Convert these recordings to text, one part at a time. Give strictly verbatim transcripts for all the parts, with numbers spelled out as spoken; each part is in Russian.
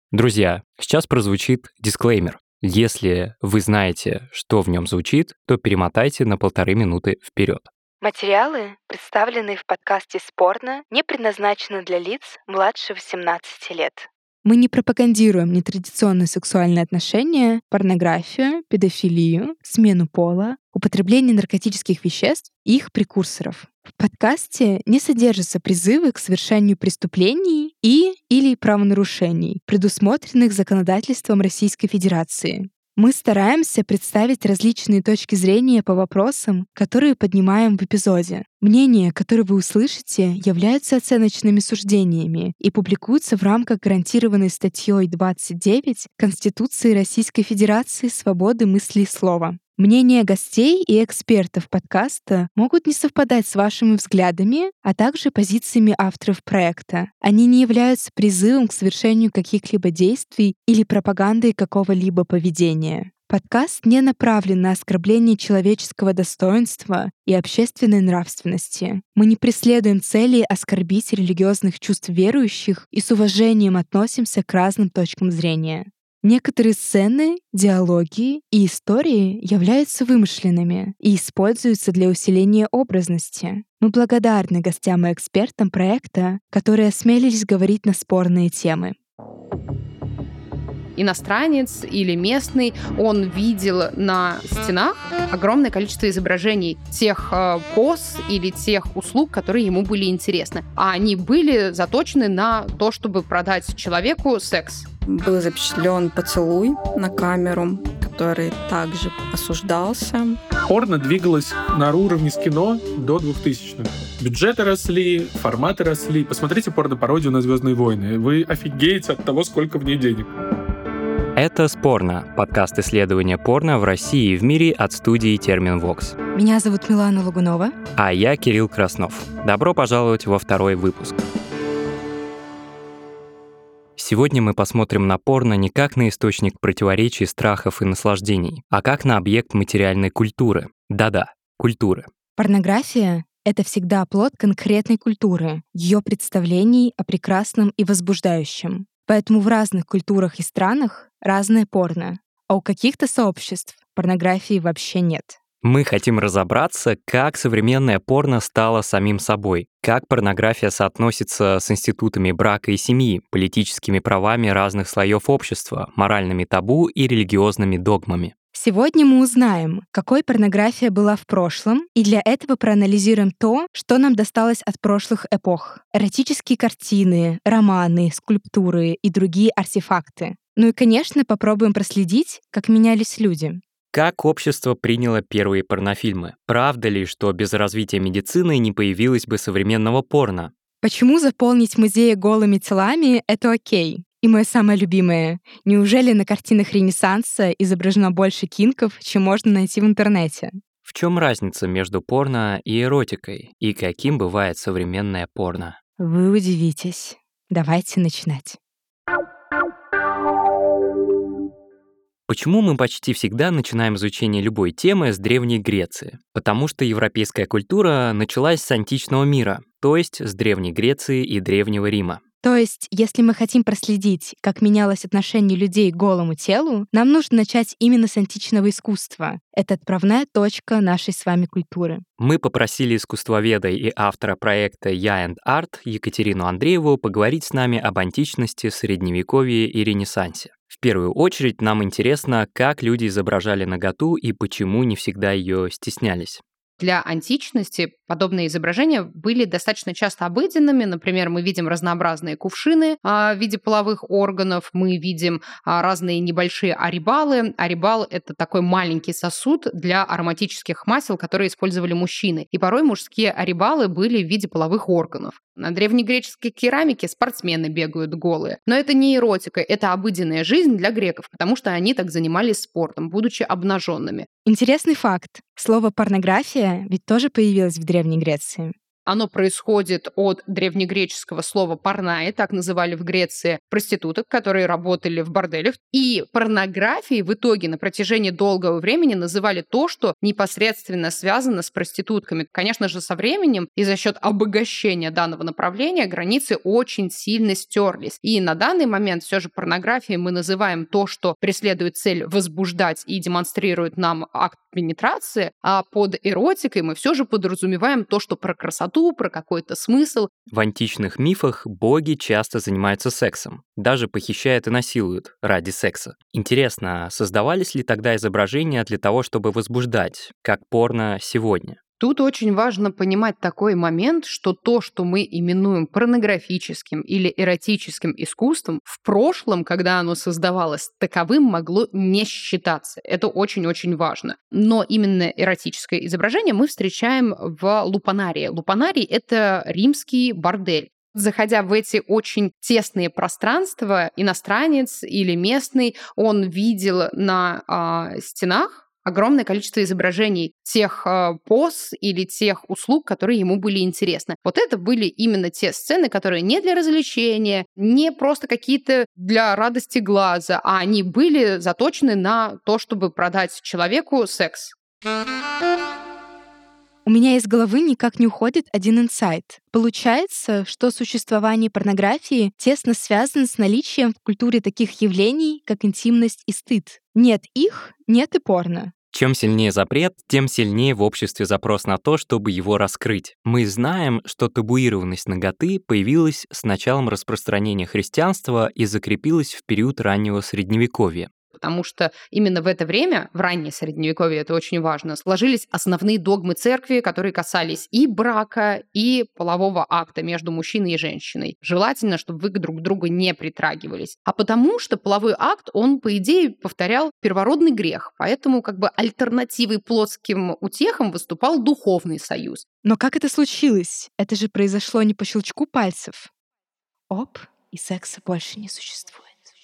Друзья, сейчас прозвучит дисклеймер. Если вы знаете, что в нем звучит, то перемотайте на полторы минуты вперед. Материалы, представленные в подкасте «Спорно», не предназначены для лиц младше восемнадцати лет. Мы не пропагандируем нетрадиционные сексуальные отношения, порнографию, педофилию, смену пола, употребление наркотических веществ и их прекурсоров. В подкасте не содержатся призывы к совершению преступлений и или правонарушений, предусмотренных законодательством Российской Федерации. Мы стараемся представить различные точки зрения по вопросам, которые поднимаем в эпизоде. Мнения, которые вы услышите, являются оценочными суждениями и публикуются в рамках гарантированной статьей двадцать девять Конституции Российской Федерации свободы мысли и слова. Мнения гостей и экспертов подкаста могут не совпадать с вашими взглядами, а также позициями авторов проекта. Они не являются призывом к совершению каких-либо действий или пропагандой какого-либо поведения. Подкаст не направлен на оскорбление человеческого достоинства и общественной нравственности. Мы не преследуем цели оскорбить религиозных чувств верующих и с уважением относимся к разным точкам зрения. Некоторые сцены, диалоги и истории являются вымышленными и используются для усиления образности. Мы благодарны гостям и экспертам проекта, которые осмелились говорить на спорные темы. Иностранец или местный, он видел на стенах огромное количество изображений тех э, поз или тех услуг, которые ему были интересны. А они были заточены на то, чтобы продать человеку секс. Был запечатлен поцелуй на камеру, который также осуждался. Порно двигалось на уровне с кино до двухтысячных. Бюджеты росли, форматы росли. Посмотрите порно-пародию на «Звездные войны». Вы офигеете от того, сколько в ней денег. Это «Спорно» — подкаст исследования порно в России и в мире от студии Терминвокс. Меня зовут Милана Лагунова. А я Кирилл Краснов. Добро пожаловать во второй выпуск. Сегодня мы посмотрим на порно не как на источник противоречий, страхов и наслаждений, а как на объект материальной культуры. Да-да, культуры. Порнография — это всегда плод конкретной культуры, ее представлений о прекрасном и возбуждающем. Поэтому в разных культурах и странах разное порно, а у каких-то сообществ порнографии вообще нет. Мы хотим разобраться, как современное порно стало самим собой, как порнография соотносится с институтами брака и семьи, политическими правами разных слоев общества, моральными табу и религиозными догмами. Сегодня мы узнаем, какой порнография была в прошлом, и для этого проанализируем то, что нам досталось от прошлых эпох. Эротические картины, романы, скульптуры и другие артефакты. Ну и, конечно, попробуем проследить, как менялись люди. Как общество приняло первые порнофильмы? Правда ли, что без развития медицины не появилось бы современного порно? Почему заполнить музеи голыми телами — это окей? И мое самое любимое. Неужели на картинах Ренессанса изображено больше кинков, чем можно найти в интернете? В чем разница между порно и эротикой? И каким бывает современное порно? Вы удивитесь. Давайте начинать. Почему мы почти всегда начинаем изучение любой темы с Древней Греции? Потому что европейская культура началась с античного мира, то есть с Древней Греции и Древнего Рима. То есть, если мы хотим проследить, как менялось отношение людей к голому телу, нам нужно начать именно с античного искусства. Это отправная точка нашей с вами культуры. Мы попросили искусствоведа и автора проекта Я энд Арт Екатерину Андрееву поговорить с нами об античности, Средневековье и Ренессансе. В первую очередь нам интересно, как люди изображали наготу и почему не всегда ее стеснялись. Для античности подобные изображения были достаточно часто обыденными. Например, мы видим разнообразные кувшины а, в виде половых органов, мы видим а, разные небольшие арибалы. Арибал — это такой маленький сосуд для ароматических масел, которые использовали мужчины. И порой мужские арибалы были в виде половых органов. На древнегреческой керамике спортсмены бегают голые. Но это не эротика, это обыденная жизнь для греков, потому что они так занимались спортом, будучи обнаженными. Интересный факт. Слово «порнография» ведь тоже появилось в Древней Греции. Оно происходит от древнегреческого слова «парнаи», так называли в Греции проституток, которые работали в борделях. И порнографией в итоге на протяжении долгого времени называли то, что непосредственно связано с проститутками. Конечно же, со временем и за счет обогащения данного направления границы очень сильно стерлись. И на данный момент все же порнографией мы называем то, что преследует цель возбуждать и демонстрирует нам акт пенетрации, а под эротикой мы все же подразумеваем то, что про красоту, про какой-то смысл. В античных мифах боги часто занимаются сексом, даже похищают и насилуют ради секса. Интересно, создавались ли тогда изображения для того, чтобы возбуждать, как порно сегодня? Тут очень важно понимать такой момент, что то, что мы именуем порнографическим или эротическим искусством, в прошлом, когда оно создавалось, таковым могло не считаться. Это очень-очень важно. Но именно эротическое изображение мы встречаем в лупанарии. Лупанарий — это римский бордель. Заходя в эти очень тесные пространства, иностранец или местный, он видел на э, стенах огромное количество изображений тех э, поз или тех услуг, которые ему были интересны. Вот это были именно те сцены, которые не для развлечения, не просто какие-то для радости глаза, а они были заточены на то, чтобы продать человеку секс. У меня из головы никак не уходит один инсайт. Получается, что существование порнографии тесно связано с наличием в культуре таких явлений, как интимность и стыд. Нет их, нет и порно. Чем сильнее запрет, тем сильнее в обществе запрос на то, чтобы его раскрыть. Мы знаем, что табуированность наготы появилась с началом распространения христианства и закрепилась в период раннего Средневековья. Потому что именно в это время, в раннее Средневековье, это очень важно, сложились основные догмы церкви, которые касались и брака, и полового акта между мужчиной и женщиной. Желательно, чтобы вы друг к другу не притрагивались. А потому что половой акт, он, по идее, повторял первородный грех. Поэтому как бы альтернативой плотским утехам выступал духовный союз. Но как это случилось? Это же произошло не по щелчку пальцев. Оп, и секса больше не существует.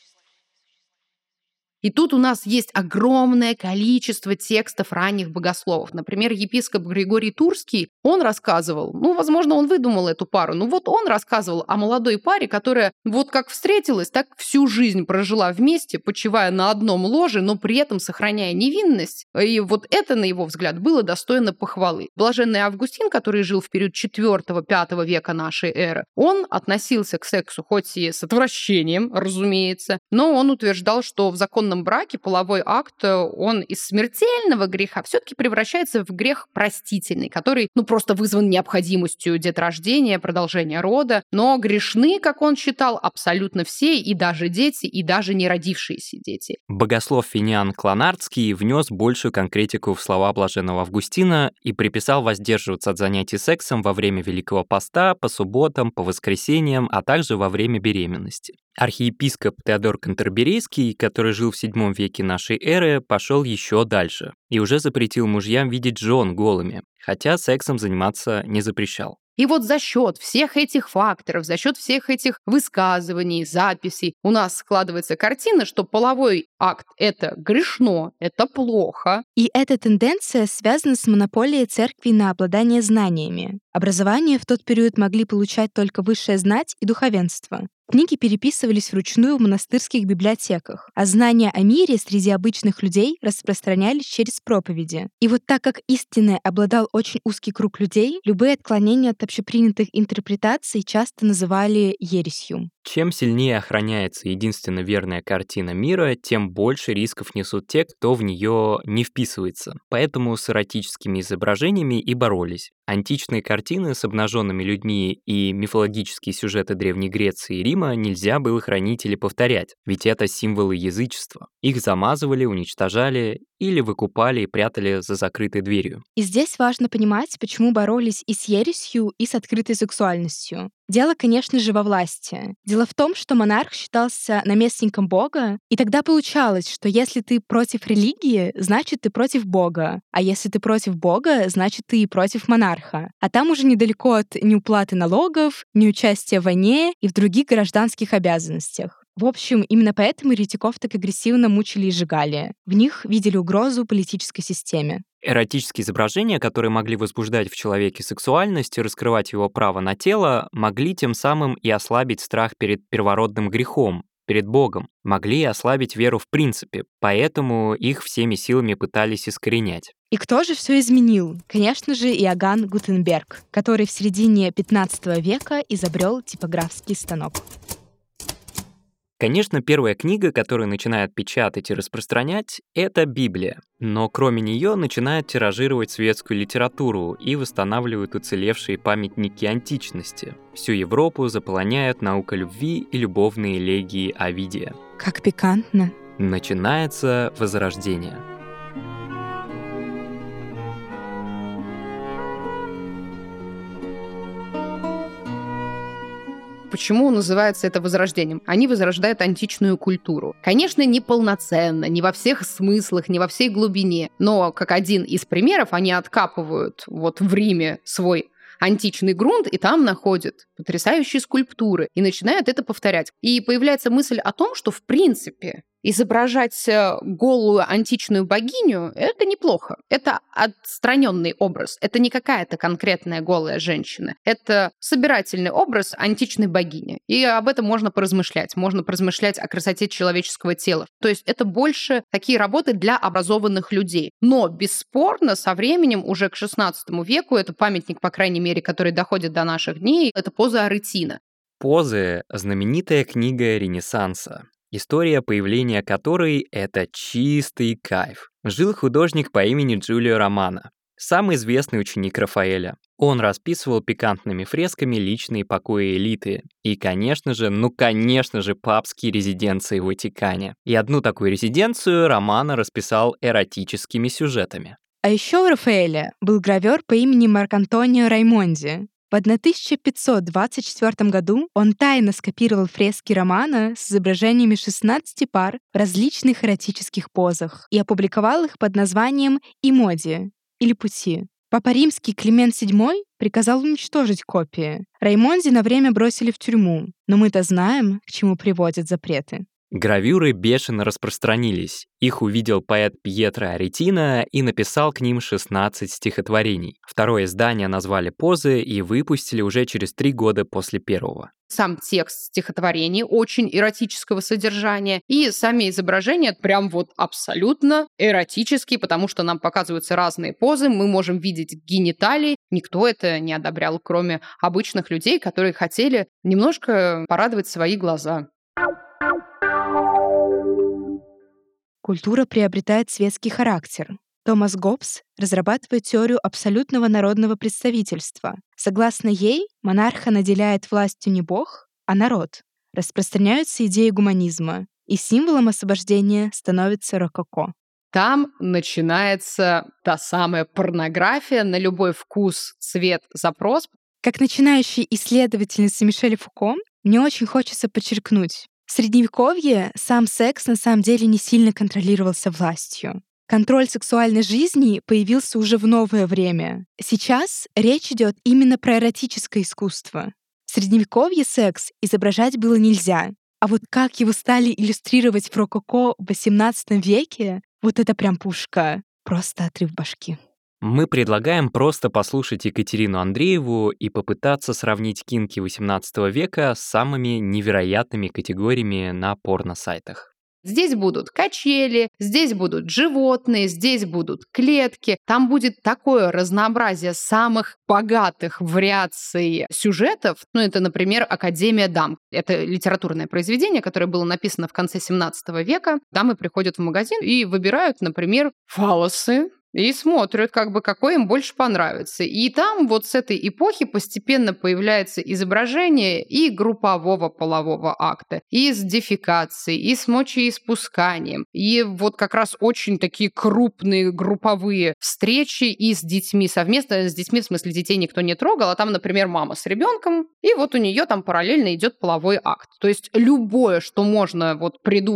И тут у нас есть огромное количество текстов ранних богословов. Например, епископ Григорий Турский, он рассказывал, ну, возможно, он выдумал эту пару, но вот он рассказывал о молодой паре, которая вот как встретилась, так всю жизнь прожила вместе, почивая на одном ложе, но при этом сохраняя невинность. И вот это, на его взгляд, было достойно похвалы. Блаженный Августин, который жил в период четвёртого-пятого века нашей эры, он относился к сексу хоть и с отвращением, разумеется, но он утверждал, что в законном браке половой акт, он из смертельного греха все-таки превращается в грех простительный, который, ну, просто вызван необходимостью деторождения, продолжения рода. Но грешны, как он считал, абсолютно все, и даже дети, и даже не родившиеся дети. Богослов Финиан Клонардский внес большую конкретику в слова блаженного Августина и приписал воздерживаться от занятий сексом во время Великого Поста, по субботам, по воскресеньям, а также во время беременности. Архиепископ Теодор Кантерберийский, который жил в седьмом веке нашей эры, пошел еще дальше и уже запретил мужьям видеть жен голыми, хотя сексом заниматься не запрещал. И вот за счет всех этих факторов, за счет всех этих высказываний, записей у нас складывается картина, что половой акт — это грешно, это плохо. И эта тенденция связана с монополией церкви на обладание знаниями. Образование в тот период могли получать только высшая знать и духовенство. Книги переписывались вручную в монастырских библиотеках, а знания о мире среди обычных людей распространялись через проповеди. И вот так как истинное обладал очень узкий круг людей, любые отклонения от общепринятых интерпретаций часто называли ересью. Чем сильнее охраняется единственно верная картина мира, тем больше рисков несут те, кто в нее не вписывается. Поэтому с эротическими изображениями и боролись. Античные картины с обнаженными людьми и мифологические сюжеты Древней Греции и Рима нельзя было хранить или повторять, ведь это символы язычества. Их замазывали, уничтожали или выкупали и прятали за закрытой дверью. И здесь важно понимать, почему боролись и с ересью, и с открытой сексуальностью. Дело, конечно же, во власти. Дело в том, что монарх считался наместником бога, и тогда получалось, что если ты против религии, значит, ты против бога, а если ты против бога, значит, ты и против монарха. А там уже недалеко от неуплаты налогов, неучастия в войне и в других гражданских обязанностях. В общем, именно поэтому еретиков так агрессивно мучили и сжигали. В них видели угрозу политической системе. Эротические изображения, которые могли возбуждать в человеке сексуальность и раскрывать его право на тело, могли тем самым и ослабить страх перед первородным грехом, перед Богом, могли и ослабить веру в принципе, поэтому их всеми силами пытались искоренять. И кто же все изменил? Конечно же, Иоганн Гутенберг, который в середине пятнадцатого века изобрел типографский станок. Конечно, первая книга, которую начинают печатать и распространять, это Библия. Но кроме нее начинают тиражировать светскую литературу и восстанавливают уцелевшие памятники античности. Всю Европу заполоняют наука любви и любовные элегии Овидия. Как пикантно. Начинается Возрождение. Почему называется это возрождением? Они возрождают античную культуру. Конечно, не полноценно, не во всех смыслах, не во всей глубине, но как один из примеров они откапывают вот в Риме свой античный грунт, и там находят потрясающие скульптуры, и начинают это повторять. И появляется мысль о том, что в принципе изображать голую античную богиню — это неплохо. Это отстраненный образ. Это не какая-то конкретная голая женщина. Это собирательный образ античной богини. И об этом можно поразмышлять. Можно поразмышлять о красоте человеческого тела. То есть это больше такие работы для образованных людей. Но бесспорно, со временем, уже к шестнадцатому веку, это памятник, по крайней мере, который доходит до наших дней, это поза Аретина. «Позы» — знаменитая книга Ренессанса, история появления которой — это чистый кайф. Жил художник по имени Джулио Романо, самый известный ученик Рафаэля. Он расписывал пикантными фресками личные покои элиты и, конечно же, ну конечно же, папские резиденции в Ватикане. И одну такую резиденцию Романо расписал эротическими сюжетами. А еще у Рафаэля был гравер по имени Маркантонио Раймонди. В тысяча пятьсот двадцать четвёртом году он тайно скопировал фрески Романо с изображениями шестнадцати пар в различных эротических позах и опубликовал их под названием «Имоди» или «Пути». Папа Римский Климент седьмой приказал уничтожить копии. Раймонди на время бросили в тюрьму, но мы-то знаем, к чему приводят запреты. Гравюры бешено распространились. Их увидел поэт Пьетро Аретино и написал к ним шестнадцать стихотворений. Второе издание назвали «Позы» и выпустили уже через три года после первого. Сам текст стихотворений очень эротического содержания, и сами изображения прям вот абсолютно эротические, потому что нам показываются разные позы, мы можем видеть гениталии. Никто это не одобрял, кроме обычных людей, которые хотели немножко порадовать свои глаза. Культура приобретает светский характер. Томас Гоббс разрабатывает теорию абсолютного народного представительства. Согласно ей, монарха наделяет властью не бог, а народ. Распространяются идеи гуманизма, и символом освобождения становится рококо. Там начинается та самая порнография на любой вкус, цвет, запрос. Как начинающая исследовательница Мишель Фуко, мне очень хочется подчеркнуть, в Средневековье сам секс на самом деле не сильно контролировался властью. Контроль сексуальной жизни появился уже в новое время. Сейчас речь идет именно про эротическое искусство. В Средневековье секс изображать было нельзя, а вот как его стали иллюстрировать в рококо в восемнадцатом веке, вот это прям пушка. Просто отрыв башки. Мы предлагаем просто послушать Екатерину Андрееву и попытаться сравнить кинки восемнадцатого века с самыми невероятными категориями на порно-сайтах. Здесь будут качели, здесь будут животные, здесь будут клетки. Там будет такое разнообразие самых богатых вариаций сюжетов. Ну, это, например, «Академия дам». Это литературное произведение, которое было написано в конце семнадцатого века. Дамы приходят в магазин и выбирают, например, фаллосы, и смотрят, как бы, какой им больше понравится. И там вот с этой эпохи постепенно появляется изображение и группового полового акта, и с дефекацией, и с мочеиспусканием. И вот как раз очень такие крупные групповые встречи и с детьми совместно. С детьми, в смысле, детей никто не трогал, а там, например, мама с ребенком, и вот у нее там параллельно идет половой акт. То есть любое, что можно вот придумать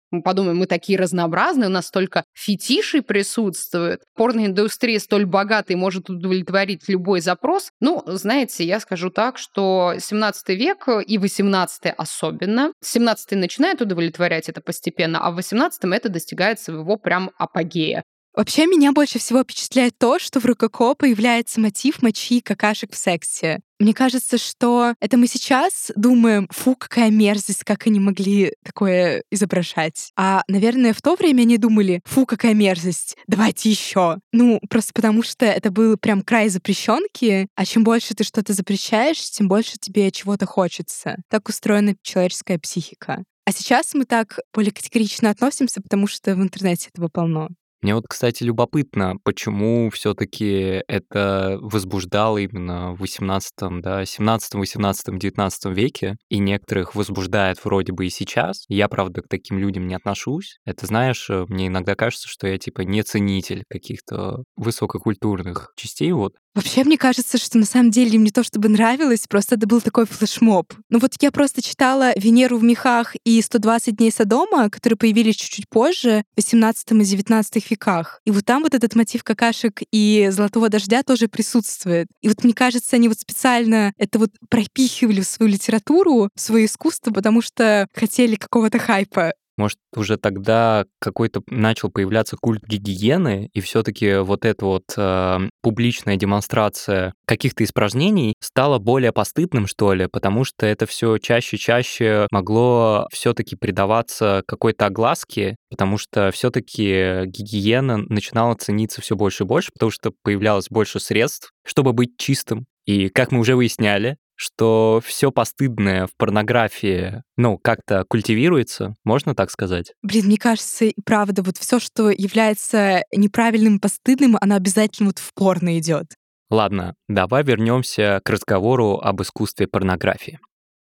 Мы подумаем, мы такие разнообразные, у нас столько фетишей присутствует, порноиндустрия столь богата и может удовлетворить любой запрос. Ну, знаете, я скажу так, что семнадцатый век и восемнадцатый особенно. семнадцатый начинает удовлетворять это постепенно, а в восемнадцатом это достигает своего прям апогея. Вообще, меня больше всего впечатляет то, что в рококо появляется мотив мочи и какашек в сексе. Мне кажется, что это мы сейчас думаем, фу, какая мерзость, как они могли такое изображать. А, наверное, в то время они думали, фу, какая мерзость, давайте еще. Ну, просто потому что это был прям край запрещенки, а чем больше ты что-то запрещаешь, тем больше тебе чего-то хочется. Так устроена человеческая психика. А сейчас мы так более категорично относимся, потому что в интернете этого полно. Мне вот, кстати, любопытно, почему все-таки это возбуждало именно в восемнадцатом, да, семнадцатом, восемнадцатом, девятнадцатом веке, и некоторых возбуждает вроде бы и сейчас. Я, правда, к таким людям не отношусь. Это, знаешь, мне иногда кажется, что я, типа, не ценитель каких-то высококультурных частей, вот. Вообще, мне кажется, что на самом деле им не то чтобы нравилось, просто это был такой флешмоб. Ну вот я просто читала «Венеру в мехах» и «сто двадцать дней Содома», которые появились чуть-чуть позже, в восемнадцатом и девятнадцатом веках. И вот там вот этот мотив какашек и золотого дождя тоже присутствует. И вот мне кажется, они вот специально это вот пропихивали в свою литературу, в свое искусство, потому что хотели какого-то хайпа. Может, уже тогда какой-то начал появляться культ гигиены, и все-таки вот эта вот э, публичная демонстрация каких-то испражнений стала более постыдным, что ли, потому что это все чаще-чаще могло все-таки придаваться какой-то огласке, потому что все-таки гигиена начинала цениться все больше и больше, потому что появлялось больше средств, чтобы быть чистым. И, как мы уже выясняли, что все постыдное в порнографии, ну, как-то культивируется, можно так сказать? Блин, мне кажется, и правда, вот все, что является неправильным и постыдным, оно обязательно вот в порно идет. Ладно, давай вернемся к разговору об искусстве порнографии.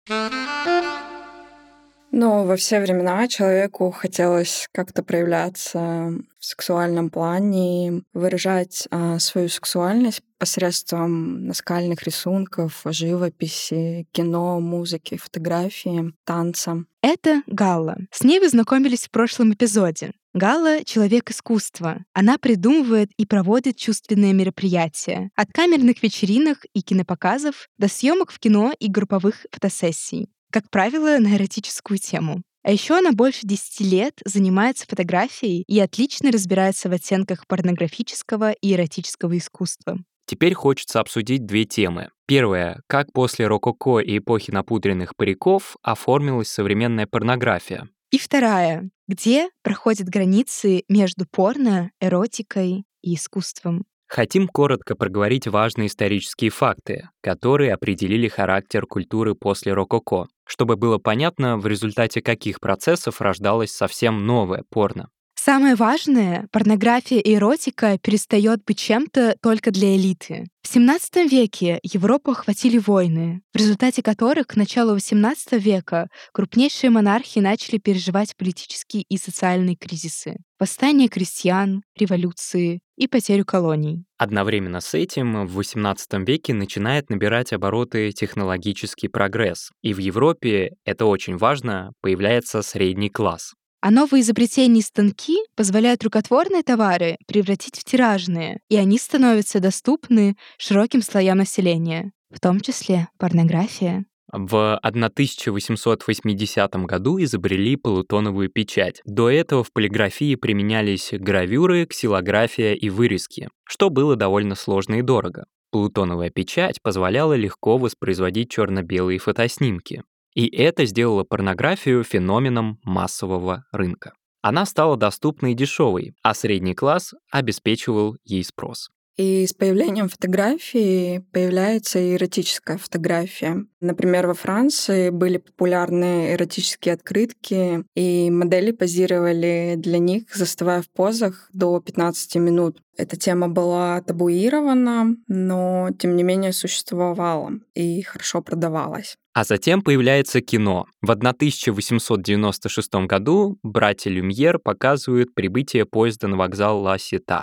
Но во все времена человеку хотелось как-то проявляться в сексуальном плане, выражать а, свою сексуальность посредством наскальных рисунков, живописи, кино, музыки, фотографии, танца. Это Галла. С ней вы знакомились в прошлом эпизоде. Галла — человек искусства. Она придумывает и проводит чувственные мероприятия. От камерных вечеринок и кинопоказов до съемок в кино и групповых фотосессий. Как правило, на эротическую тему. А еще она больше десяти лет занимается фотографией и отлично разбирается в оттенках порнографического и эротического искусства. Теперь хочется обсудить две темы. Первая — как после рококо и эпохи напудренных париков оформилась современная порнография. И вторая — где проходят границы между порно, эротикой и искусством. Хотим коротко проговорить важные исторические факты, которые определили характер культуры после рококо, чтобы было понятно, в результате каких процессов рождалось совсем новое порно. Самое важное, порнография и эротика перестает быть чем-то только для элиты. В семнадцатом веке Европу охватили войны, в результате которых к началу восемнадцатого века крупнейшие монархи начали переживать политические и социальные кризисы, восстания крестьян, революции и потерю колоний. Одновременно с этим в восемнадцатом веке начинает набирать обороты технологический прогресс, и в Европе, это очень важно, появляется средний класс. А новые изобретения и станки позволяют рукотворные товары превратить в тиражные, и они становятся доступны широким слоям населения, в том числе порнография. В тысяча восемьсот восьмидесятом году изобрели полутоновую печать. До этого в полиграфии применялись гравюры, ксилография и вырезки, что было довольно сложно и дорого. Полутоновая печать позволяла легко воспроизводить черно-белые фотоснимки. И это сделало порнографию феноменом массового рынка. Она стала доступной и дешевой, а средний класс обеспечивал ей спрос. И с появлением фотографии появляется и эротическая фотография. Например, во Франции были популярны эротические открытки, и модели позировали для них, застывая в позах до пятнадцати минут. Эта тема была табуирована, но тем не менее существовала и хорошо продавалась. А затем появляется кино. В тысяча восемьсот девяносто шестом году братья Люмьер показывают прибытие поезда на вокзал Ла Сита.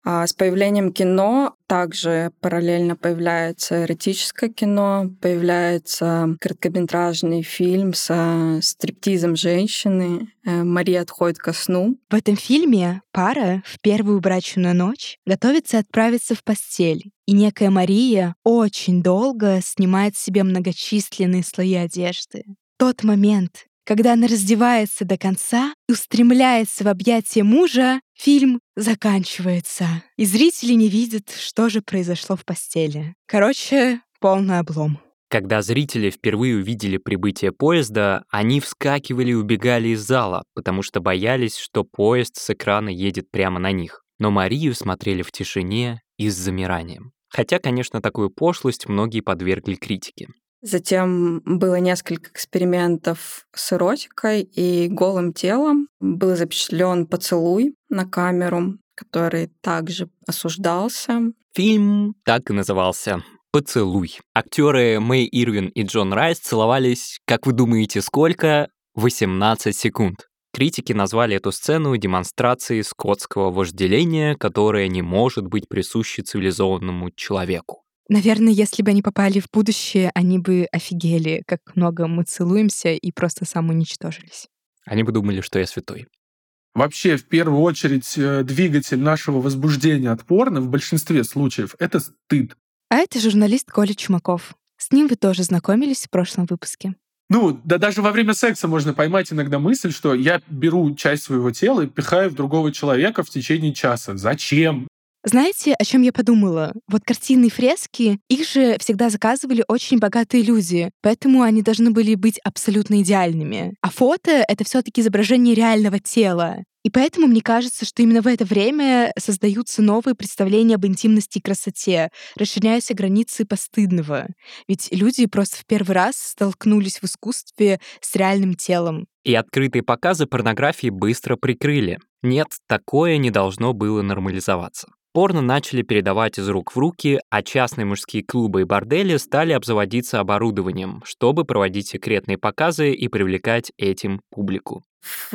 А с появлением кино также параллельно появляется эротическое кино, появляется короткометражный фильм со стриптизом женщины «Мария отходит ко сну». В этом фильме пара в первую брачную ночь готовится отправиться в постель, и некая Мария очень долго снимает с себя многочисленные слои одежды. Тот момент, когда она раздевается до конца и устремляется в объятия мужа, фильм заканчивается, и зрители не видят, что же произошло в постели. Короче, полный облом. Когда зрители впервые увидели прибытие поезда, они вскакивали и убегали из зала, потому что боялись, что поезд с экрана едет прямо на них. Но Марию смотрели в тишине и с замиранием. Хотя, конечно, такую пошлость многие подвергли критике. Затем было несколько экспериментов с эротикой и голым телом. Был запечатлен поцелуй на камеру, который также осуждался. Фильм так и назывался «Поцелуй». Актеры Мэй Ирвин и Джон Райс целовались, как вы думаете, сколько? восемнадцать секунд. Критики назвали эту сцену демонстрацией скотского вожделения, которое не может быть присуще цивилизованному человеку. Наверное, если бы они попали в будущее, они бы офигели, как много мы целуемся, и просто самоуничтожились. Они бы думали, что я святой. Вообще, в первую очередь, двигатель нашего возбуждения от порно в большинстве случаев — это стыд. А это журналист Коля Чумаков. С ним вы тоже знакомились в прошлом выпуске. Ну, да даже во время секса можно поймать иногда мысль, что я беру часть своего тела и пихаю в другого человека в течение часа. Зачем? Знаете, о чем я подумала? Вот картины и фрески, их же всегда заказывали очень богатые люди, поэтому они должны были быть абсолютно идеальными. А фото — это все-таки изображение реального тела. И поэтому мне кажется, что именно в это время создаются новые представления об интимности и красоте, расширяются границы постыдного. Ведь люди просто в первый раз столкнулись в искусстве с реальным телом. И открытые показы порнографии быстро прикрыли. Нет, такое не должно было нормализоваться. Порно начали передавать из рук в руки, а частные мужские клубы и бордели стали обзаводиться оборудованием, чтобы проводить секретные показы и привлекать этим публику.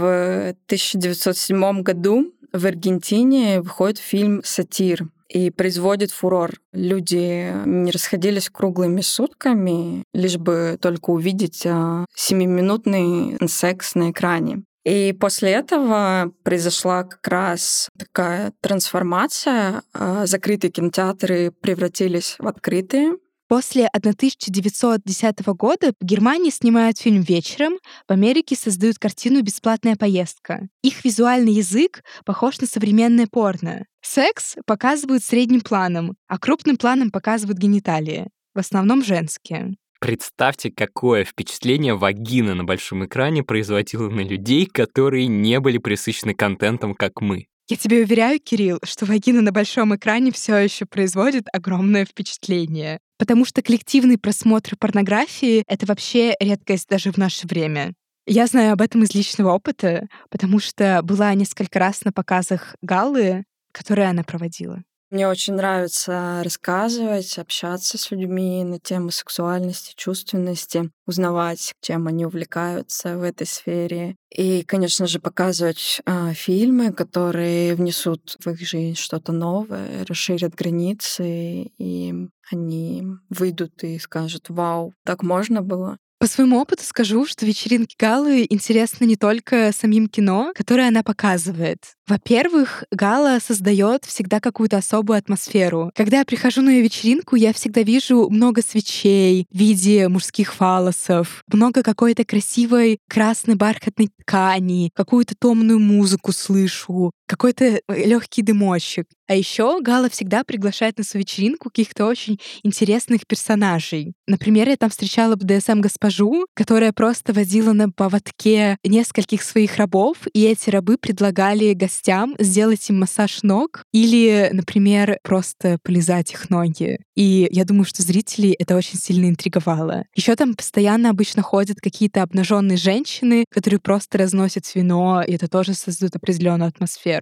В тысяча девятьсот седьмом году в Аргентине выходит фильм «Сатир» и производит фурор. Люди не расходились круглыми сутками, лишь бы только увидеть семиминутный секс на экране. И после этого произошла как раз такая трансформация. Закрытые кинотеатры превратились в открытые. После тысяча девятьсот десятого года в Германии снимают фильм «Вечером», в Америке создают картину «Бесплатная поездка». Их визуальный язык похож на современное порно. Секс показывают средним планом, а крупным планом показывают гениталии, в основном женские. Представьте, какое впечатление вагина на большом экране производила на людей, которые не были пресыщены контентом, как мы. Я тебе уверяю, Кирилл, что вагина на большом экране все еще производит огромное впечатление. Потому что коллективный просмотр порнографии — это вообще редкость даже в наше время. Я знаю об этом из личного опыта, потому что была несколько раз на показах Галлы, которые она проводила. Мне очень нравится рассказывать, общаться с людьми на тему сексуальности, чувственности, узнавать, чем они увлекаются в этой сфере. И, конечно же, показывать э, фильмы, которые внесут в их жизнь что-то новое, расширят границы, и они выйдут и скажут: «Вау, так можно было?» По своему опыту скажу, что вечеринки Галлы интересны не только самим кино, которое она показывает. Во-первых, Галла создает всегда какую-то особую атмосферу. Когда я прихожу на ее вечеринку, я всегда вижу много свечей в виде мужских фаллосов, много какой-то красивой красной бархатной ткани, какую-то томную музыку слышу, какой-то легкий дымочек. А еще Галла всегда приглашает на свою вечеринку каких-то очень интересных персонажей. Например, я там встречала бэ дэ эс эм-госпожу, которая просто водила на поводке нескольких своих рабов, и эти рабы предлагали гостям сделать им массаж ног или, например, просто полизать их ноги. И я думаю, что зрителей это очень сильно интриговало. Еще там постоянно обычно ходят какие-то обнаженные женщины, которые просто разносят вино, и это тоже создает определенную атмосферу.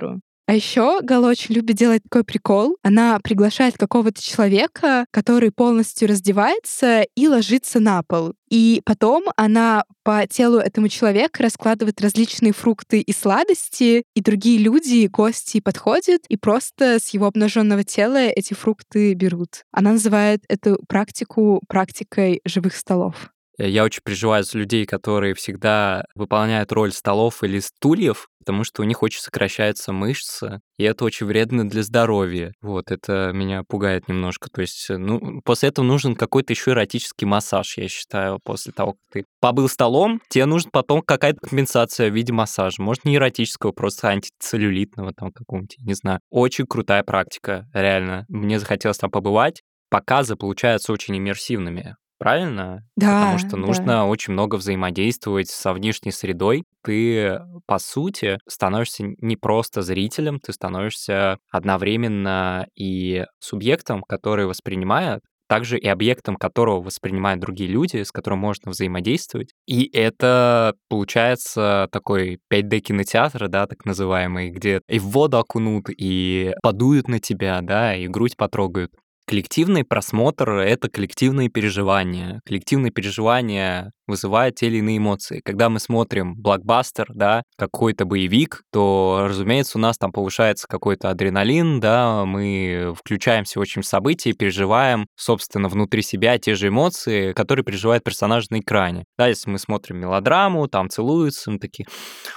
А еще Гала очень любит делать такой прикол. Она приглашает какого-то человека, который полностью раздевается и ложится на пол. И потом она по телу этому человека раскладывает различные фрукты и сладости, и другие люди, гости подходят и просто с его обнаженного тела эти фрукты берут. Она называет эту практику практикой живых столов. Я очень переживаю за людей, которые всегда выполняют роль столов или стульев, потому что у них очень сокращаются мышцы, и это очень вредно для здоровья. Вот, это меня пугает немножко. То есть, ну, после этого нужен какой-то еще эротический массаж, я считаю, после того, как ты побыл столом, тебе нужна потом какая-то компенсация в виде массажа. Может, не эротического, просто антицеллюлитного там какого-нибудь, не знаю. Очень крутая практика, реально. Мне захотелось там побывать. Показы получаются очень иммерсивными. Правильно? Да, Потому что нужно да. очень много взаимодействовать со внешней средой. Ты, по сути, становишься не просто зрителем, ты становишься одновременно и субъектом, который воспринимает, также и объектом, которого воспринимают другие люди, с которым можно взаимодействовать. И это получается такой пять дэ-кинотеатр, да, так называемый, где и в воду окунут, и подуют на тебя, да, и грудь потрогают. Коллективный просмотр — это коллективные переживания. Коллективные переживания вызывают те или иные эмоции. Когда мы смотрим блокбастер, да, какой-то боевик, то, разумеется, у нас там повышается какой-то адреналин, да, мы включаемся очень в события, переживаем, собственно, внутри себя те же эмоции, которые переживают персонажи на экране. Да, если мы смотрим мелодраму, там целуются, мы такие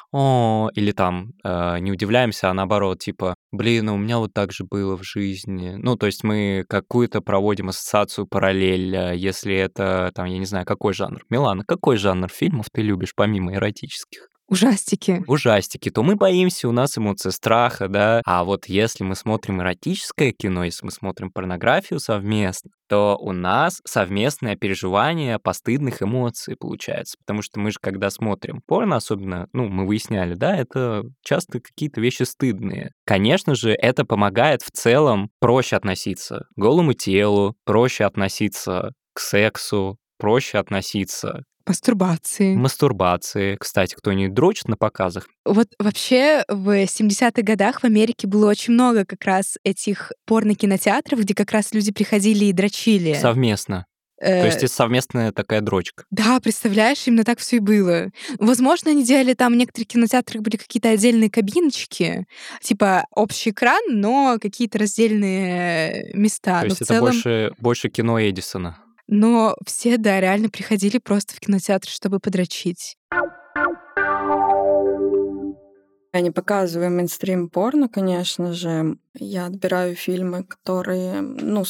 «О», или там э, не удивляемся, а наоборот, типа «Блин, у меня вот так же было в жизни». Ну, то есть мы какую-то проводим ассоциацию, параллель, если это, там, я не знаю, какой жанр. Милана, какой жанр фильмов ты любишь, помимо эротических? Ужастики. Ужастики, то мы боимся, у нас эмоции страха, да. А вот если мы смотрим эротическое кино, если мы смотрим порнографию совместно, то у нас совместное переживание постыдных эмоций получается. Потому что мы же, когда смотрим порно, особенно, ну, мы выясняли, да, это часто какие-то вещи стыдные. Конечно же, это помогает в целом проще относиться к голому телу, проще относиться к сексу, проще относиться Мастурбации. мастурбации. Кстати, кто-нибудь дрочит на показах? Вот вообще в семидесятых годах в Америке было очень много как раз этих порно-кинотеатров, где как раз люди приходили и дрочили. Совместно. Э, То есть это совместная такая дрочка. Да, представляешь, именно так все и было. Возможно, они делали там, в некоторых кинотеатрах были какие-то отдельные кабиночки, типа общий экран, но какие-то раздельные места. То Но есть в это целом, больше, больше кино Эдисона. но все, да, реально приходили просто в кинотеатр, чтобы подрочить. Я не показываю мейнстрим порно, конечно же. Я отбираю фильмы, которые, ну,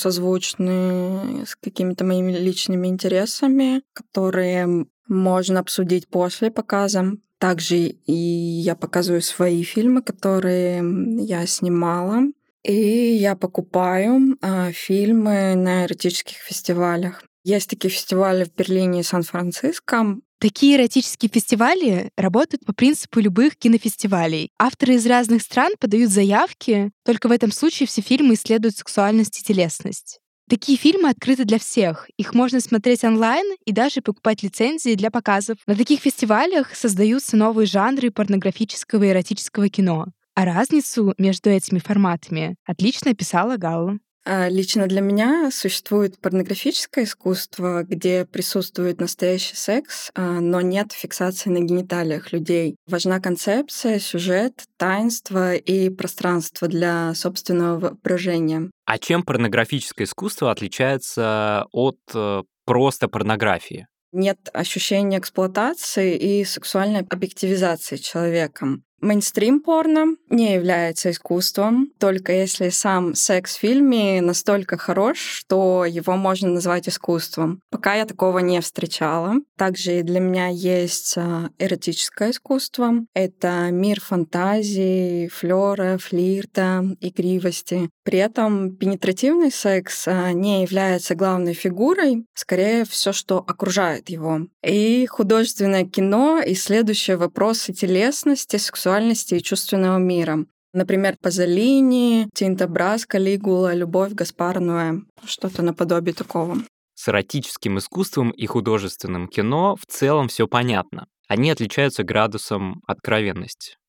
созвучны с какими-то моими личными интересами, которые можно обсудить после показа. Также и я показываю свои фильмы, которые я снимала. И я покупаю а, фильмы на эротических фестивалях. Есть такие фестивали в Берлине и Сан-Франциско. Такие эротические фестивали работают по принципу любых кинофестивалей. Авторы из разных стран подают заявки, только в этом случае все фильмы исследуют сексуальность и телесность. Такие фильмы открыты для всех. Их можно смотреть онлайн и даже покупать лицензии для показов. На таких фестивалях создаются новые жанры порнографического и эротического кино. А разницу между этими форматами отлично описала Галла. Лично для меня существует порнографическое искусство, где присутствует настоящий секс, но нет фиксации на гениталиях людей. Важна концепция, сюжет, таинство и пространство для собственного воображения. А чем порнографическое искусство отличается от э, просто порнографии? Нет ощущения эксплуатации и сексуальной объективизации человеком. Мейнстрим порно не является искусством, только если сам секс в фильме настолько хорош, что его можно назвать искусством. Пока я такого не встречала. Также и для меня есть эротическое искусство. Это мир фантазии, флёра, флирта, игривости. При этом пенетративный секс не является главной фигурой, скорее все, что окружает его. И художественное кино, исследующее вопросы телесности, сексуальности и чувственного мира. Например, Пазолини, Тинто Брас, Калигула, Любовь Гаспара Ноэ. Что-то наподобие такого. С эротическим искусством и художественным кино в целом все понятно. Они отличаются градусом откровенности.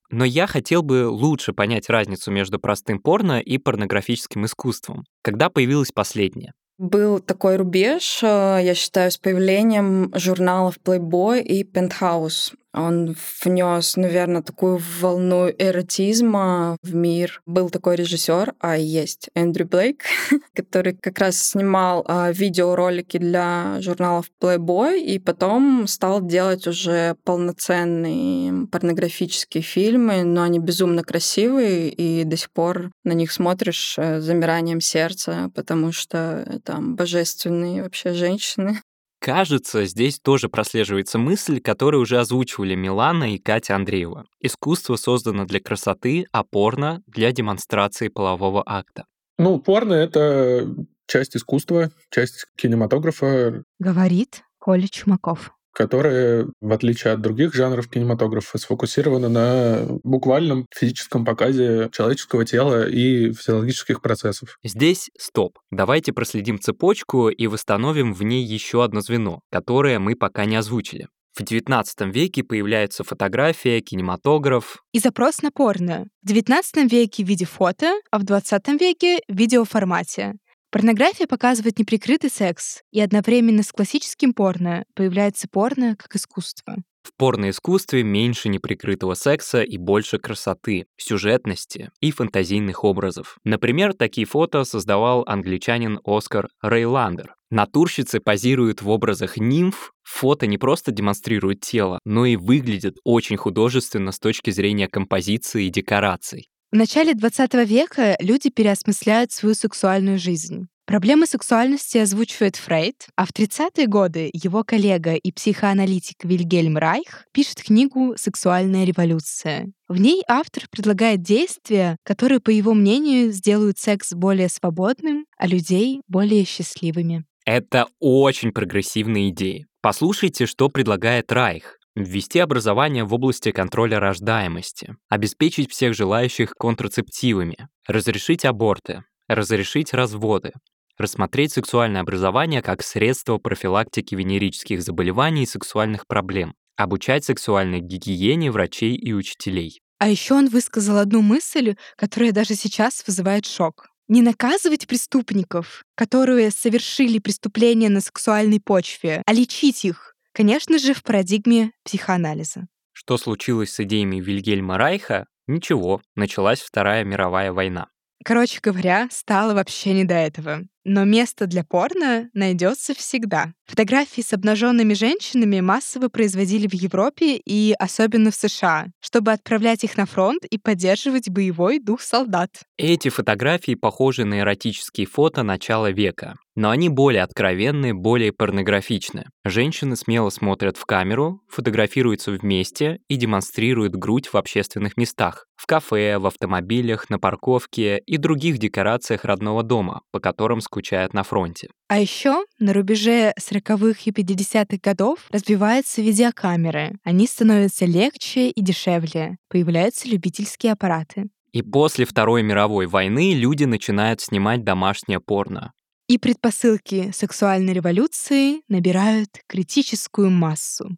Но я хотел бы лучше понять разницу между простым порно и порнографическим искусством. Когда появилось последнее? Был такой рубеж, я считаю, с появлением журналов Playboy и Penthouse. Он внес, наверное, такую волну эротизма в мир. Был такой режиссер, а есть Эндрю Блейк, который как раз снимал а, видеоролики для журналов Playboy и потом стал делать уже полноценные порнографические фильмы, но они безумно красивые, и до сих пор на них смотришь с замиранием сердца, потому что там божественные вообще женщины. Кажется, здесь тоже прослеживается мысль, которую уже озвучивали Милана и Катя Андреева. Искусство создано для красоты, а порно — для демонстрации полового акта. Ну, порно — это часть искусства, часть кинематографа. Говорит Коля Чумаков. Которая, в отличие от других жанров кинематографа, сфокусирована на буквальном физическом показе человеческого тела и физиологических процессов. Здесь стоп. Давайте проследим цепочку и восстановим в ней еще одно звено, которое мы пока не озвучили. В девятнадцатом веке появляется фотография, кинематограф. И запрос на порно. В девятнадцатом веке в виде фото, а в двадцатом веке в видеоформате. Порнография показывает неприкрытый секс, и одновременно с классическим порно появляется порно как искусство. В порноискусстве меньше неприкрытого секса и больше красоты, сюжетности и фантазийных образов. Например, такие фото создавал англичанин Оскар Рейландер. Натурщицы позируют в образах нимф, фото не просто демонстрируют тело, но и выглядят очень художественно с точки зрения композиции и декораций. В начале двадцатого века люди переосмысляют свою сексуальную жизнь. Проблемы сексуальности озвучивает Фрейд, а в тридцатые годы его коллега и психоаналитик Вильгельм Райх пишет книгу «Сексуальная революция». В ней автор предлагает действия, которые, по его мнению, сделают секс более свободным, а людей более счастливыми. Это очень прогрессивные идеи. Послушайте, что предлагает Райх. Ввести образование в области контроля рождаемости, обеспечить всех желающих контрацептивами, разрешить аборты, разрешить разводы, рассмотреть сексуальное образование как средство профилактики венерических заболеваний и сексуальных проблем, обучать сексуальной гигиене врачей и учителей. А еще он высказал одну мысль, которая даже сейчас вызывает шок. Не наказывать преступников, которые совершили преступления на сексуальной почве, а лечить их. Конечно же, в парадигме психоанализа. Что случилось с идеями Вильгельма Райха? Ничего, началась Вторая мировая война. Короче говоря, стало вообще не до этого. Но место для порно найдется всегда. Фотографии с обнаженными женщинами массово производили в Европе и особенно в США, чтобы отправлять их на фронт и поддерживать боевой дух солдат. Эти фотографии похожи на эротические фото начала века, но они более откровенные, более порнографичны. Женщины смело смотрят в камеру, фотографируются вместе и демонстрируют грудь в общественных местах, в кафе, в автомобилях, на парковке и других декорациях родного дома, по которым скучают на фронте. А еще на рубеже сороковых и пятидесятых годов развиваются видеокамеры. Они становятся легче и дешевле. Появляются любительские аппараты. И после Второй мировой войны люди начинают снимать домашнее порно. И предпосылки сексуальной революции набирают критическую массу.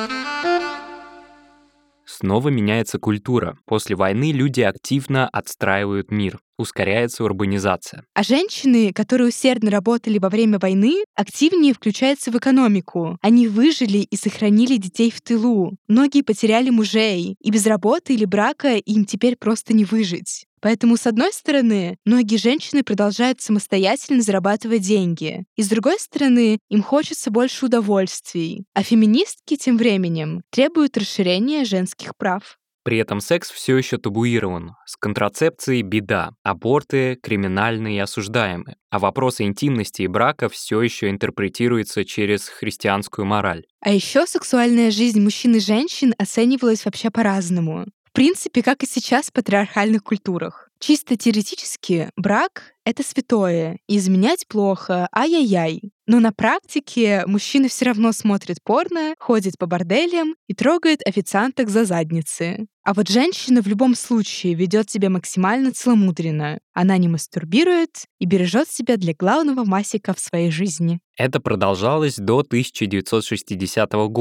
Снова меняется культура. После войны люди активно отстраивают мир. Ускоряется урбанизация. А женщины, которые усердно работали во время войны, активнее включаются в экономику. Они выжили и сохранили детей в тылу. Многие потеряли мужей, и без работы или брака им теперь просто не выжить. Поэтому, с одной стороны, многие женщины продолжают самостоятельно зарабатывать деньги, и с другой стороны, им хочется больше удовольствий. А феминистки тем временем требуют расширения женских прав. При этом секс все еще табуирован. С контрацепцией беда, аборты криминальны и осуждаемы, а вопросы интимности и брака все еще интерпретируются через христианскую мораль. А еще сексуальная жизнь мужчин и женщин оценивалась вообще по-разному. В принципе, как и сейчас в патриархальных культурах. Чисто теоретически брак — это святое, и изменять плохо, ай-яй-яй. Но на практике мужчина все равно смотрит порно, ходит по борделям и трогает официанток за задницы. А вот женщина в любом случае ведет себя максимально целомудренно. Она не мастурбирует и бережет себя для главного масика в своей жизни. Это продолжалось до тысяча девятьсот шестидесятого года.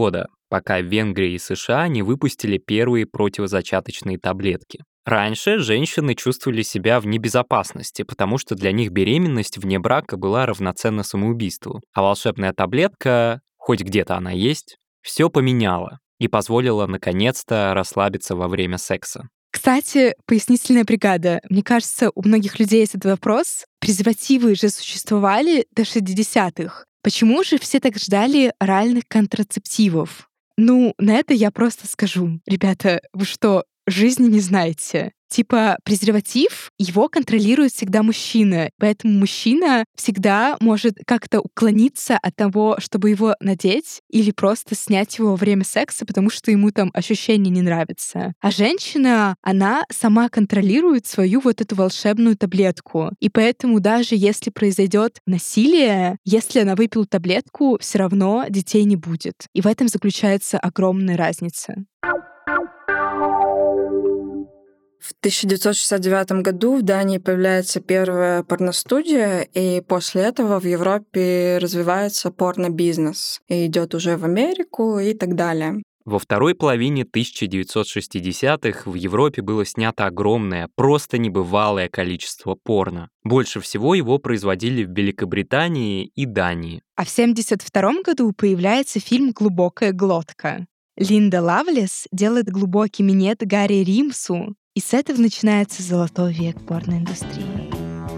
пока Венгрия и США не выпустили первые противозачаточные таблетки. Раньше женщины чувствовали себя в небезопасности, потому что для них беременность вне брака была равноценна самоубийству. А волшебная таблетка, хоть где-то она есть, все поменяла и позволила наконец-то расслабиться во время секса. Кстати, пояснительная бригада. Мне кажется, у многих людей есть этот вопрос. Презервативы же существовали до шестидесятых. Почему же все так ждали оральных контрацептивов? Ну, на это я просто скажу. Ребята, вы что, жизни не знаете? Типа презерватив, его контролирует всегда мужчина, поэтому мужчина всегда может как-то уклониться от того, чтобы его надеть или просто снять его во время секса, потому что ему там ощущение не нравится. А женщина, она сама контролирует свою вот эту волшебную таблетку. И поэтому даже если произойдет насилие, если она выпила таблетку, все равно детей не будет. И в этом заключается огромная разница. В тысяча девятьсот шестьдесят девятом году в Дании появляется первая порностудия, и после этого в Европе развивается порно-бизнес. И идет уже в Америку и так далее. Во второй половине тысяча девятьсот шестидесятых в Европе было снято огромное, просто небывалое количество порно. Больше всего его производили в Великобритании и Дании. А в семьдесят втором году появляется фильм «Глубокая глотка». Линда Лавлес делает глубокий минет Гарри Римсу, и с этого начинается золотой век порноиндустрии.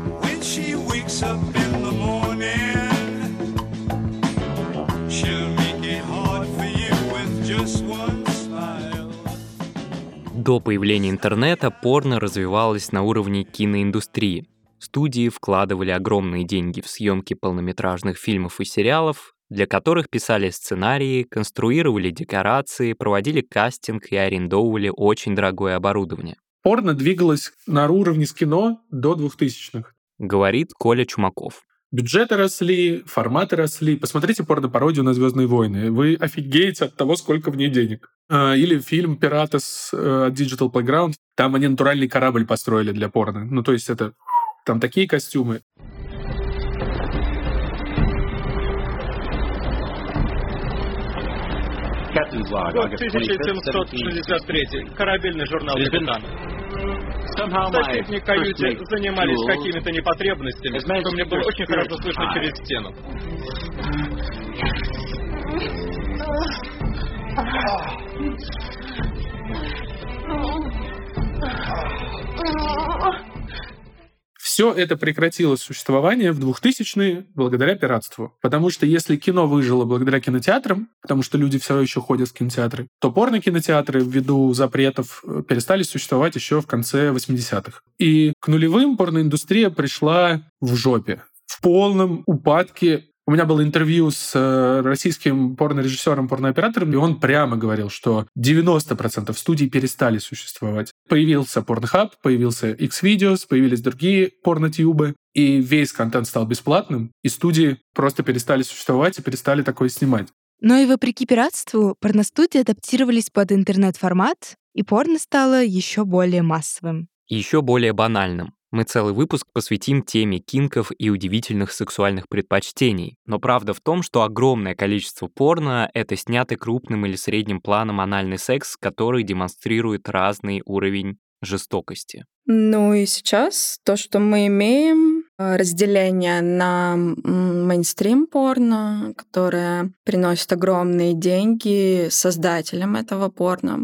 До появления интернета порно развивалось на уровне киноиндустрии. Студии вкладывали огромные деньги в съемки полнометражных фильмов и сериалов, для которых писали сценарии, конструировали декорации, проводили кастинг и арендовывали очень дорогое оборудование. Порно двигалось на уровне с кино до двухтысячных. Говорит Коля Чумаков. Бюджеты росли, форматы росли. Посмотрите порно-пародию на «Звездные войны». Вы офигеете от того, сколько в ней денег. Или фильм «Пиратес» от Digital Playground. Там они натуральный корабль построили для порно. Ну, то есть это... Там такие костюмы. Год тысяча семьсот шестьдесят третий. Корабельный журнал «Капитан». Соседние каюте занимались какими-то непотребностями, что мне было очень хорошо слышно через стену. Все это прекратило существование в двухтысячные благодаря пиратству. Потому что если кино выжило благодаря кинотеатрам, потому что люди все еще ходят в кинотеатры, то порно-кинотеатры ввиду запретов перестали существовать еще в конце восьмидесятых. И к нулевым порноиндустрия пришла в жопе. В полном упадке. У меня было интервью с российским порнорежиссером, порнооператором, и он прямо говорил, что девяносто процентов студий перестали существовать. Появился Pornhub, появился X-Videos, появились другие порнотюбы, и весь контент стал бесплатным, и студии просто перестали существовать и перестали такое снимать. Но и вопреки пиратству, порностудии адаптировались под интернет-формат, и порно стало еще более массовым. И еще более банальным. Мы целый выпуск посвятим теме кинков и удивительных сексуальных предпочтений. Но правда в том, что огромное количество порно — это снятый крупным или средним планом анальный секс, который демонстрирует разный уровень жестокости. Ну и сейчас то, что мы имеем, разделение на мейнстрим порно, которое приносит огромные деньги создателям этого порно,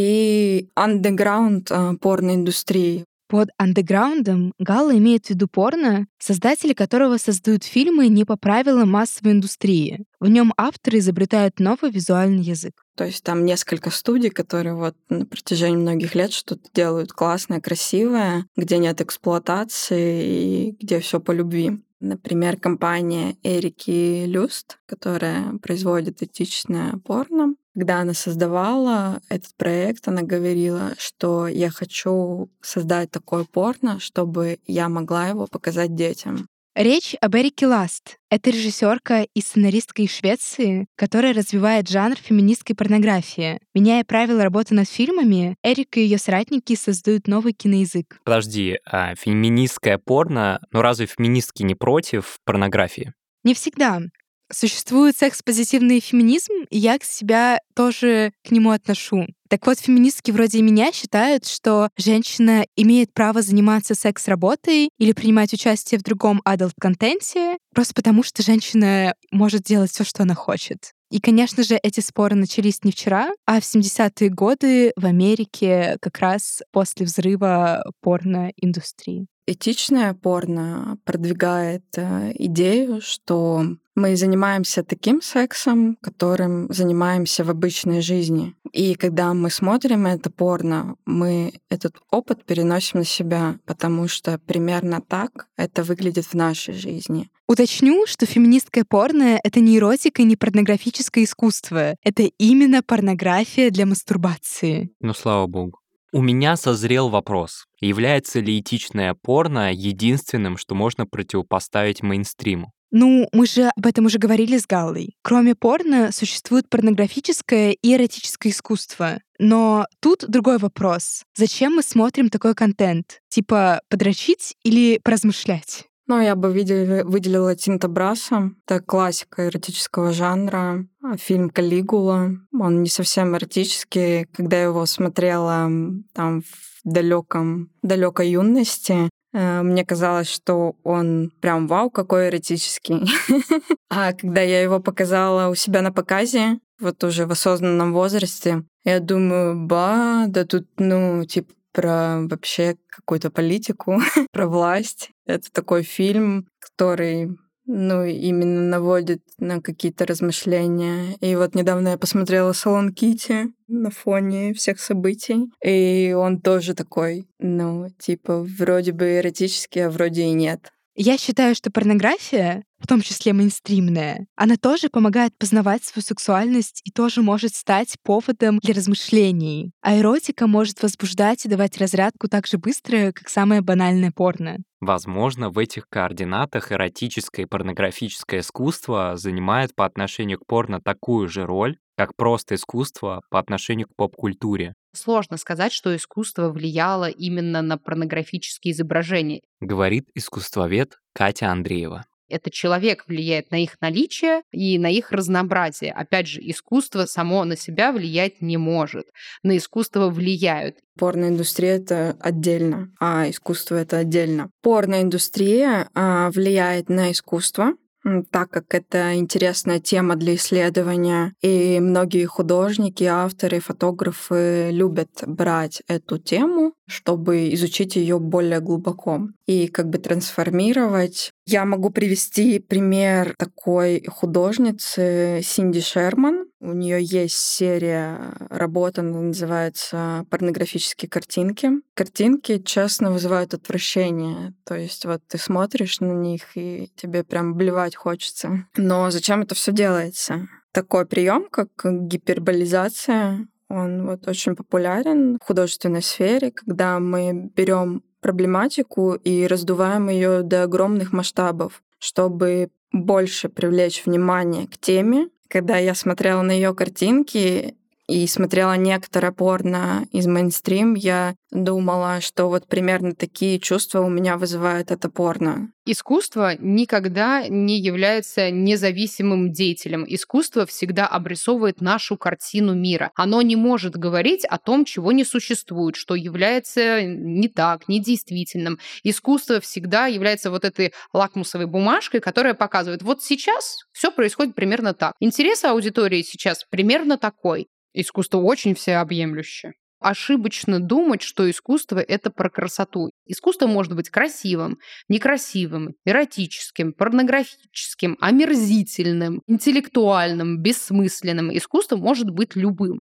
и андеграунд порноиндустрии. Под андеграундом Галла имеет в виду порно, создатели которого создают фильмы не по правилам массовой индустрии. В нем авторы изобретают новый визуальный язык. То есть там несколько студий, которые вот на протяжении многих лет что-то делают классное, красивое, где нет эксплуатации и где все по любви. Например, компания Эрики Люст, которая производит этичное порно. Когда она создавала этот проект, она говорила, что я хочу создать такое порно, чтобы я могла его показать детям. Речь об Эрике Ласт. Это режиссерка и сценаристка из Швеции, которая развивает жанр феминистской порнографии. Меняя правила работы над фильмами, Эрика и ее соратники создают новый киноязык. Подожди, а феминистское порно, ну разве феминистки не против порнографии? Не всегда. Существует секс-позитивный феминизм, и я к себя тоже к нему отношу. Так вот, феминистки вроде меня считают, что женщина имеет право заниматься секс-работой или принимать участие в другом адалт-контенте просто потому, что женщина может делать все, что она хочет. И, конечно же, эти споры начались не вчера, а в семидесятые годы в Америке как раз после взрыва порноиндустрии. Этичное порно продвигает э, идею, что мы занимаемся таким сексом, которым занимаемся в обычной жизни. И когда мы смотрим это порно, мы этот опыт переносим на себя, потому что примерно так это выглядит в нашей жизни. Уточню, что феминистское порно — это не эротика и не порнографическое искусство. Это именно порнография для мастурбации. Ну, слава богу. У меня созрел вопрос. Является ли этичное порно единственным, что можно противопоставить мейнстриму? Ну, мы же об этом уже говорили с Галлой. Кроме порно существует порнографическое и эротическое искусство. Но тут другой вопрос. Зачем мы смотрим такой контент? Типа подрочить или поразмышлять? Ну, я бы выделила, выделила Тинто Брасса. Это классика эротического жанра. Фильм «Калигула». Он не совсем эротический. Когда я его смотрела там в далеком, далекой юности, мне казалось, что он прям вау, какой эротический. А когда я его показала у себя на показе, вот уже в осознанном возрасте, я думаю, ба, да тут, ну, типа, про вообще какую-то политику, про власть. Это такой фильм, который, ну, именно наводит на какие-то размышления. И вот недавно я посмотрела «Салон Китти» на фоне всех событий, и он тоже такой, ну, типа, вроде бы эротический, а вроде и нет. Я считаю, что порнография, в том числе мейнстримная, она тоже помогает познавать свою сексуальность и тоже может стать поводом для размышлений. А эротика может возбуждать и давать разрядку так же быстро, как самое банальное порно. Возможно, в этих координатах эротическое и порнографическое искусство занимает по отношению к порно такую же роль, как просто искусство по отношению к поп-культуре. Сложно сказать, что искусство влияло именно на порнографические изображения. Говорит искусствовед Катя Андреева. Это человек влияет на их наличие и на их разнообразие. Опять же, искусство само на себя влиять не может. На искусство влияют. Порноиндустрия — это отдельно, а искусство — это отдельно. Порноиндустрия а, влияет на искусство, так как это интересная тема для исследования, и многие художники, авторы, фотографы любят брать эту тему, чтобы изучить ее более глубоко и как бы трансформировать. Я могу привести пример такой художницы Синди Шерман. У нее есть серия работ, она называется «Порнографические картинки». Картинки, честно, вызывают отвращение. То есть вот ты смотришь на них, и тебе прям блевать хочется. Но зачем это все делается? Такой прием, как гиперболизация, он вот очень популярен в художественной сфере, когда мы берем проблематику и раздуваем ее до огромных масштабов, чтобы больше привлечь внимание к теме. Когда я смотрела на ее картинки и смотрела некоторое порно из мейнстрим, я думала, что вот примерно такие чувства у меня вызывает это порно. Искусство никогда не является независимым деятелем. Искусство всегда обрисовывает нашу картину мира. Оно не может говорить о том, чего не существует, что является не так, недействительным. Искусство всегда является вот этой лакмусовой бумажкой, которая показывает, вот сейчас все происходит примерно так. Интерес аудитории сейчас примерно такой. Искусство очень всеобъемлющее. Ошибочно думать, что искусство — это про красоту. Искусство может быть красивым, некрасивым, эротическим, порнографическим, омерзительным, интеллектуальным, бессмысленным. Искусство может быть любым.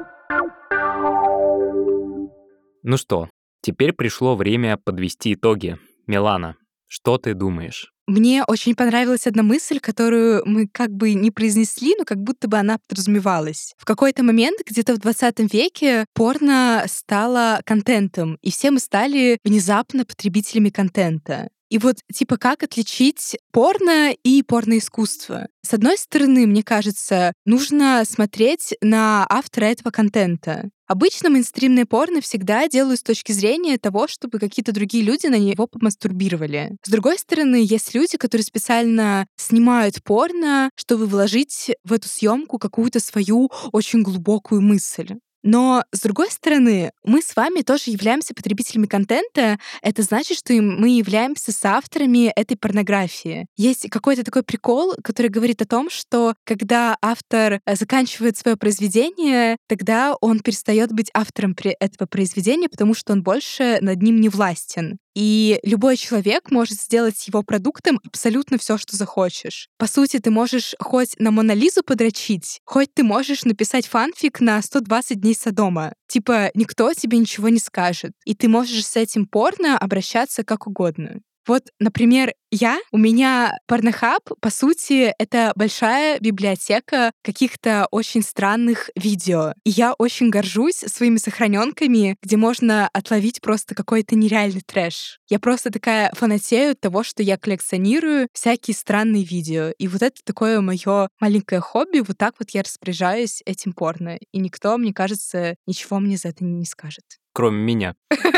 Ну что, теперь пришло время подвести итоги. Милана, что ты думаешь? Мне очень понравилась одна мысль, которую мы как бы не произнесли, но как будто бы она подразумевалась. В какой-то момент, где-то в двадцатом веке, порно стало контентом, и все мы стали внезапно потребителями контента. И вот, типа, как отличить порно и порноискусство? С одной стороны, мне кажется, нужно смотреть на автора этого контента. Обычно мейнстримное порно всегда делают с точки зрения того, чтобы какие-то другие люди на него помастурбировали. С другой стороны, есть люди, которые специально снимают порно, чтобы вложить в эту съемку какую-то свою очень глубокую мысль. Но, с другой стороны, мы с вами тоже являемся потребителями контента. Это значит, что мы являемся соавторами этой порнографии. Есть какой-то такой прикол, который говорит о том, что когда автор заканчивает свое произведение, тогда он перестает быть автором этого произведения, потому что он больше над ним не властен. И любой человек может сделать с его продуктом абсолютно все, что захочешь. По сути, ты можешь хоть на Мона Лизу подрочить, хоть ты можешь написать фанфик на сто двадцать дней Содома. Типа, никто тебе ничего не скажет. И ты можешь с этим порно обращаться как угодно. Вот, например, я, у меня Pornhub, по сути, это большая библиотека каких-то очень странных видео. И я очень горжусь своими сохраненками, где можно отловить просто какой-то нереальный трэш. Я просто такая фанатею от того, что я коллекционирую всякие странные видео. И вот это такое мое маленькое хобби, вот так вот я распоряжаюсь этим порно. И никто, мне кажется, ничего мне за это не скажет. Кроме меня.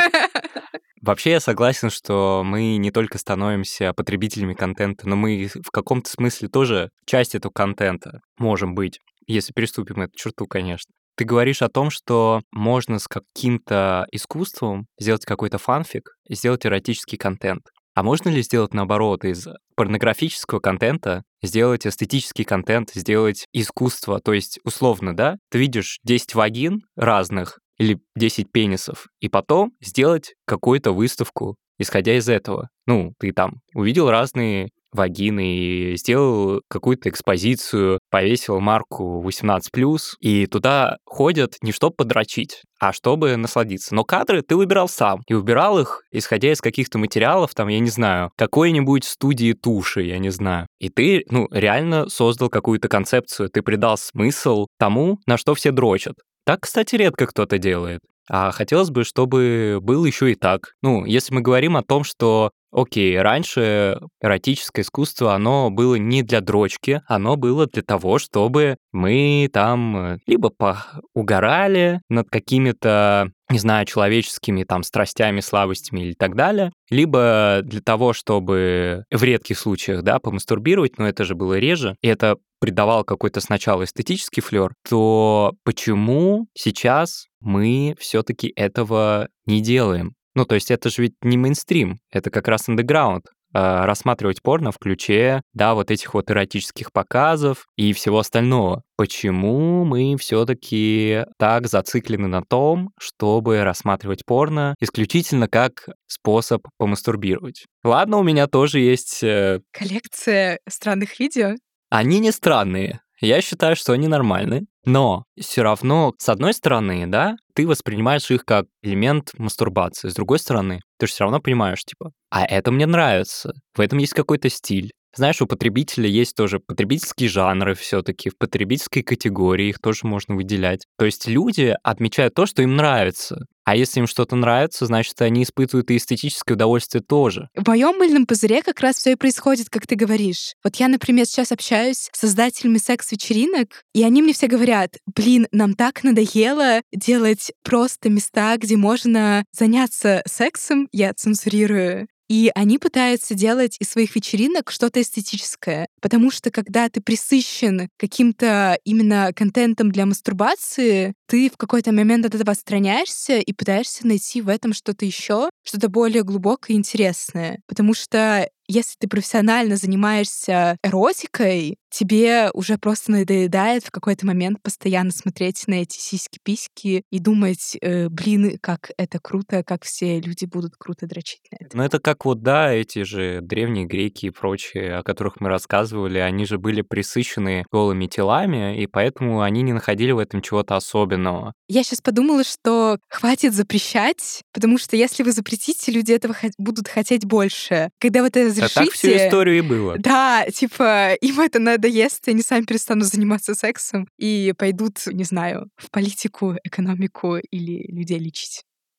Вообще я согласен, что мы не только становимся потребителями контента, но мы в каком-то смысле тоже часть этого контента можем быть, если переступим эту черту, конечно. Ты говоришь о том, что можно с каким-то искусством сделать какой-то фанфик и сделать эротический контент. А можно ли сделать наоборот, из порнографического контента сделать эстетический контент, сделать искусство? То есть, условно, да, ты видишь десять вагин разных, или десять пенисов, и потом сделать какую-то выставку, исходя из этого. Ну, ты там увидел разные вагины и сделал какую-то экспозицию, повесил марку восемнадцать плюс, и туда ходят не чтобы подрочить, а чтобы насладиться. Но кадры ты выбирал сам, и выбирал их, исходя из каких-то материалов, там, я не знаю, какой-нибудь студии туши, я не знаю. И ты, ну, реально создал какую-то концепцию, ты придал смысл тому, на что все дрочат. Так, кстати, редко кто-то делает. А хотелось бы, чтобы было еще и так. Ну, если мы говорим о том, что, окей, раньше эротическое искусство, оно было не для дрочки, оно было для того, чтобы мы там либо поугорали над какими-то, не знаю, человеческими там страстями, слабостями или так далее, либо для того, чтобы в редких случаях, да, помастурбировать, но это же было реже, и это придавал какой-то сначала эстетический флёр, то почему сейчас мы все-таки этого не делаем? Ну, то есть это же ведь не мейнстрим, это как раз андеграунд. Рассматривать порно в ключе, да, вот этих вот эротических показов и всего остального. Почему мы все-таки так зациклены на том, чтобы рассматривать порно исключительно как способ помастурбировать? Ладно, у меня тоже есть... Коллекция странных видео? Они не странные. Я считаю, что они нормальные. Но все равно, с одной стороны, да, ты воспринимаешь их как элемент мастурбации. С другой стороны, ты же все равно понимаешь, типа, а это мне нравится. В этом есть какой-то стиль. Знаешь, у потребителя есть тоже потребительские жанры все-таки, в потребительской категории их тоже можно выделять. То есть люди отмечают то, что им нравится. А если им что-то нравится, значит, они испытывают и эстетическое удовольствие тоже. В моем мыльном пузыре как раз все и происходит, как ты говоришь. Вот я, например, сейчас общаюсь с создателями секс-вечеринок, и они мне все говорят, блин, нам так надоело делать просто места, где можно заняться сексом, я цензурирую. И они пытаются делать из своих вечеринок что-то эстетическое. Потому что когда ты присыщен каким-то именно контентом для мастурбации, ты в какой-то момент от этого отстраняешься и пытаешься найти в этом что-то еще, что-то более глубокое и интересное. Потому что если ты профессионально занимаешься эротикой, тебе уже просто надоедает в какой-то момент постоянно смотреть на эти сиськи-письки и думать, э, блин, как это круто, как все люди будут круто дрочить на это. Ну это как вот, да, эти же древние греки и прочие, о которых мы рассказывали, они же были присыщены голыми телами, и поэтому они не находили в этом чего-то особенного. Я сейчас подумала, что хватит запрещать, потому что если вы запретите, люди этого х- будут хотеть больше. Когда вы это разрешите... Да так всю историю и было. Да, типа, им это надоест, и они сами перестанут заниматься сексом и пойдут, не знаю, в политику, экономику или людей лечить.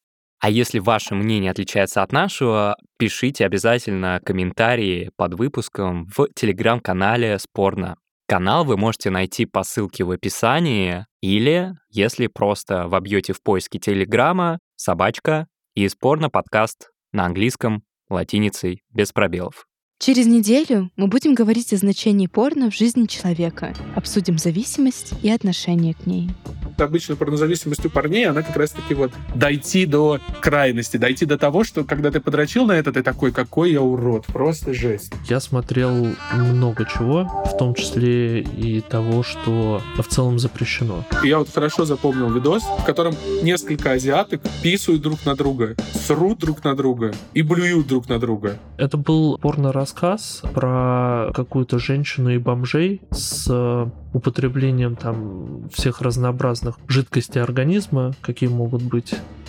А если ваше мнение отличается от нашего, пишите обязательно комментарии под выпуском в телеграм-канале Спорно. Канал вы можете найти по ссылке в описании или, если просто вобьете в поиске Телеграма, собачка и порно-подкаст на английском, латиницей, без пробелов. Через неделю мы будем говорить о значении порно в жизни человека, обсудим зависимость и отношение к ней. Обычно порнозависимость у парней, она как раз-таки вот дойти до крайности, дойти до того, что когда ты подрочил на это, ты такой, какой я урод, просто жесть. Я смотрел много чего, в том числе и того, что в целом запрещено. И я вот хорошо запомнил видос, в котором несколько азиаток писают друг на друга, срут друг на друга и блюют друг на друга. Это был порно-рассказ про какую-то женщину и бомжей с употреблением там всех разнообразных жидкостей организма, какие могут быть.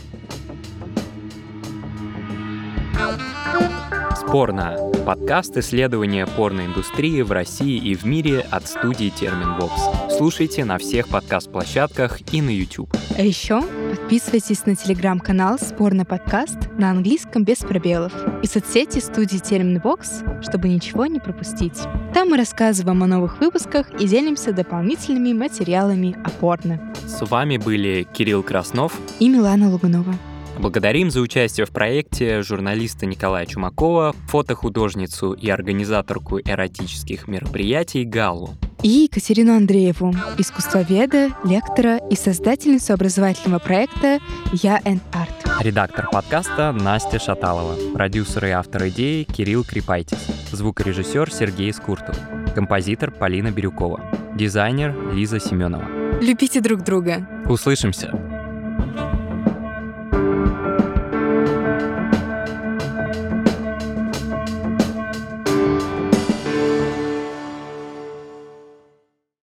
Спорно. Подкаст исследования порноиндустрии в России и в мире от студии Terminvox. Слушайте на всех подкаст-площадках и на YouTube. А еще подписывайтесь на телеграм-канал «Спорно подкаст» на английском без пробелов и соцсети студии Terminvox, чтобы ничего не пропустить. Там мы рассказываем о новых выпусках и делимся дополнительными материалами о порно. С вами были Кирилл Краснов и Милана Лугунова. Благодарим за участие в проекте журналиста Николая Чумакова, фотохудожницу и организаторку эротических мероприятий Галлу. И Екатерину Андрееву, искусствоведа, лектора и создательницу образовательного проекта «Я энд Арт». Редактор подкаста Настя Шаталова. Продюсер и автор идеи Кирилл Крипайтис. Звукорежиссер Сергей Скуртов. Композитор Полина Бирюкова. Дизайнер Лиза Семенова. Любите друг друга. Услышимся!